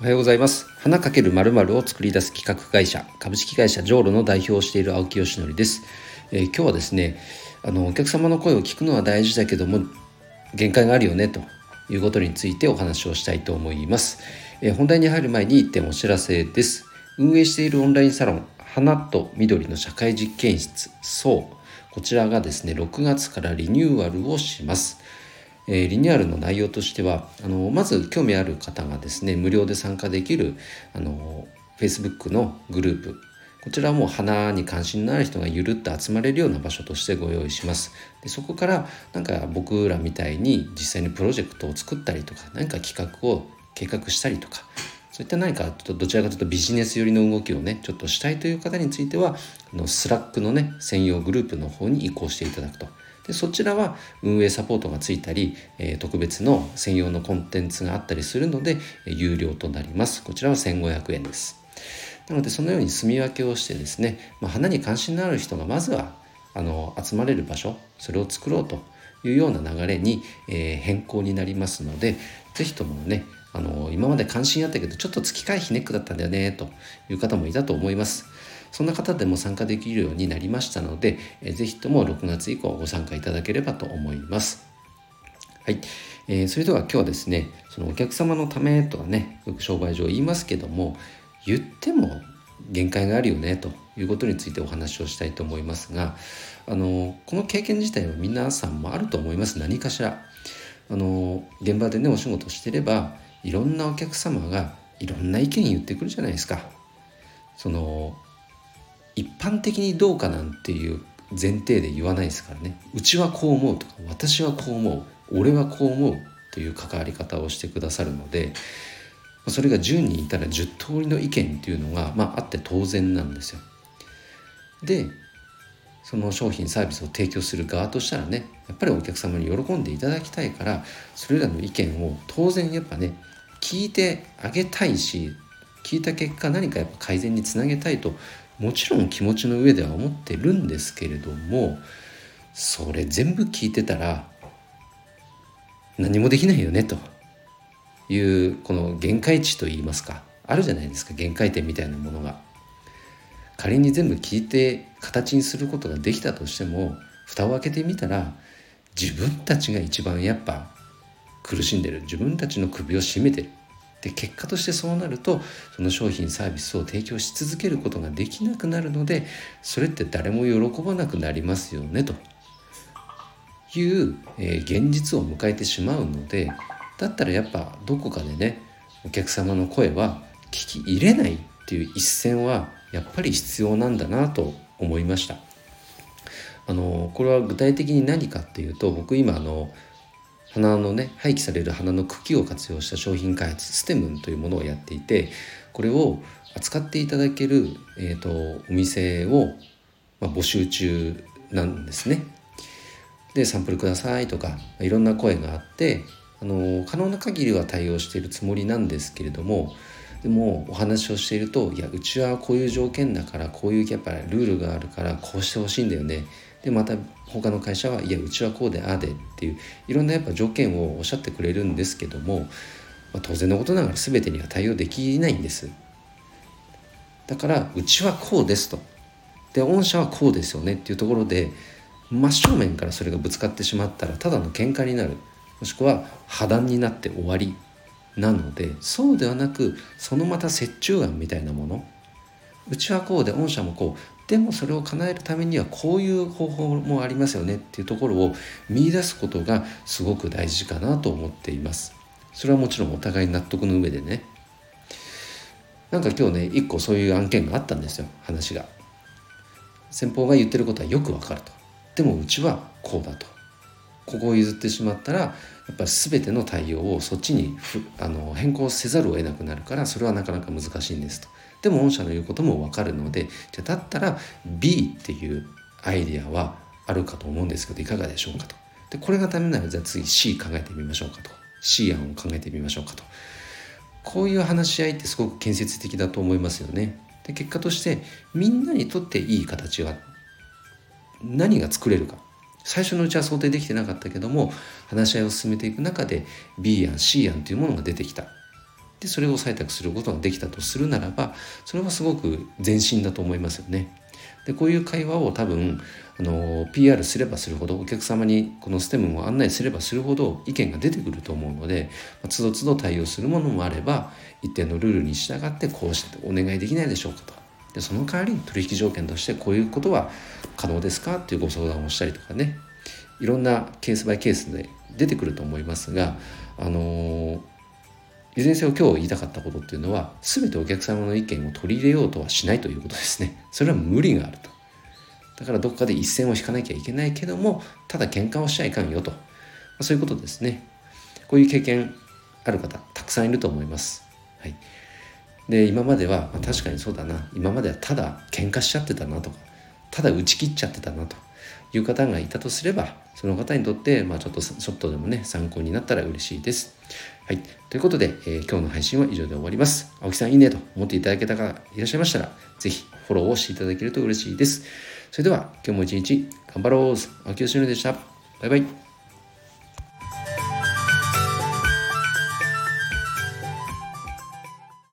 はようございます。花×〇〇を作り出す企画会社株式会社ジョーロの代表をしている青木よしのりです。今日はですね、お客様の声を聞くのは大事だけども限界があるよねということについてお話をしたいと思います。本題に入る前に1点お知らせです。運営しているオンラインサロン花と緑の社会実験室こちらがですね6月からリニューアルをします。リニューアルの内容としてはまず興味ある方がですね無料で参加できるFacebook のグループ、こちらはもう花に関心のある人がゆるっと集まれるような場所としてご用意します。でそこから僕らみたいに実際にプロジェクトを作ったりとか何か企画を計画したりとか、そういった何かどちらかというとビジネス寄りの動きをちょっとしたいという方についてはスラックの専用グループの方に移行していただくと。でそちらは運営サポートがついたり、特別の専用のコンテンツがあったりするので、有料となります。こちらは1500円です。なのでそのように住み分けをしてですね、花に関心のある人がまずは集まれる場所、それを作ろうというような流れに、変更になりますので、ぜひとも今まで関心あったけどちょっと月会費ネックだったんだよねという方もいたと思います。そんな方でも参加できるようになりましたので、ぜひとも6月以降ご参加いただければと思います。はい、それでは今日はですね、そのお客様のためとかよく商売上言いますけども、言っても限界があるよねということについてお話をしたいと思いますが、この経験自体は皆さんもあると思います。何かしら現場でお仕事してればいろんなお客様がいろんな意見言ってくるじゃないですか。一般的にどうかなんていう前提で言わないですからね。うちはこう思うとか、私はこう思う、俺はこう思うという関わり方をしてくださるので、それが10人いたら10通りの意見っていうのが、あって当然なんですよ。でその商品サービスを提供する側としたらやっぱりお客様に喜んでいただきたいから、それらの意見を当然聞いてあげたいし、聞いた結果何か改善につなげたいともちろん気持ちの上では思ってるんですけれども、それ全部聞いてたら何もできないよねというこの限界値といいますか、あるじゃないですか、限界点みたいなものが。仮に全部聞いて形にすることができたとしても、蓋を開けてみたら自分たちが一番苦しんでる、自分たちの首を絞めてる。で結果としてそうなると、その商品サービスを提供し続けることができなくなるので、それって誰も喜ばなくなりますよねという、現実を迎えてしまうので、だったらどこかでお客様の声は聞き入れないっていう一線はやっぱり必要なんだなと思いました。これは具体的に何かっていうと、僕今花の廃棄される花の茎を活用した商品開発ステムというものをやっていて、これを扱っていただける、お店を、募集中なんですね。でサンプルくださいとかいろんな声があって、可能な限りは対応しているつもりなんですけれども、でもお話をしていると、うちはこういう条件だから、こういうルールがあるからこうしてほしいんだよね。でまた他の会社はうちはこうでああでっていういろんな条件をおっしゃってくれるんですけども、当然のことながら全てには対応できないんです。だからうちはこうですと、で御社はこうですよねっていうところで真正面からそれがぶつかってしまったらただの喧嘩になる、もしくは破談になって終わりなので、そうではなく、そのまた折衷案みたいなもの、うちはこうで御社もこうでもそれを叶えるためにはこういう方法もありますよねっていうところを見出すことがすごく大事かなと思っています。それはもちろんお互い納得の上で今日一個そういう案件があったんですよ。話が先方が言ってることはよくわかると、でもうちはこうだと、ここを譲ってしまったらやっぱり全ての対応をそっちに変更せざるを得なくなるから、それはなかなか難しいんですと。でも御社の言うことも分かるので、じゃあだったら B っていうアイデアはあるかと思うんですけどいかがでしょうかと。でこれがダメならじゃあ次 C 考えてみましょうかと、 C 案を考えてみましょうかと。こういう話し合いってすごく建設的だと思いますよね。で結果としてみんなにとっていい形は何が作れるか、最初のうちは想定できてなかったけども話し合いを進めていく中で B 案 C 案というものが出てきた。 でそれを採択することができたとするならば、それはすごく前進だと思いますよね。でこういう会話を多分PR すればするほど、お客様にこのステムを案内すればするほど意見が出てくると思うので、つどつど対応するものもあれば、一定のルールに従ってこうしてお願いできないでしょうかと。でその代わりに取引条件としてこういうことは可能ですかっていうご相談をしたりとかね、いろんなケースバイケースで出てくると思いますが、いずれにせよ今日言いたかったことっていうのは、全てお客様の意見を取り入れようとはしないということですね。それは無理があると。だからどっかで一線を引かなきゃいけないけども、ただ喧嘩をしちゃいかんよと、そういうことですね。こういう経験ある方たくさんいると思います。はい。で今までは、確かにそうだな、今まではただ喧嘩しちゃってたなとか、ただ打ち切っちゃってたなという方がいたとすれば、その方にとって、ちょっとでもね参考になったら嬉しいです。はい、ということで、今日の配信は以上で終わります。青木さんいいねと思っていただけた方がいらっしゃいましたら、ぜひフォローをしていただけると嬉しいです。それでは今日も一日頑張ろう。青木よしのりでした。バイバイ。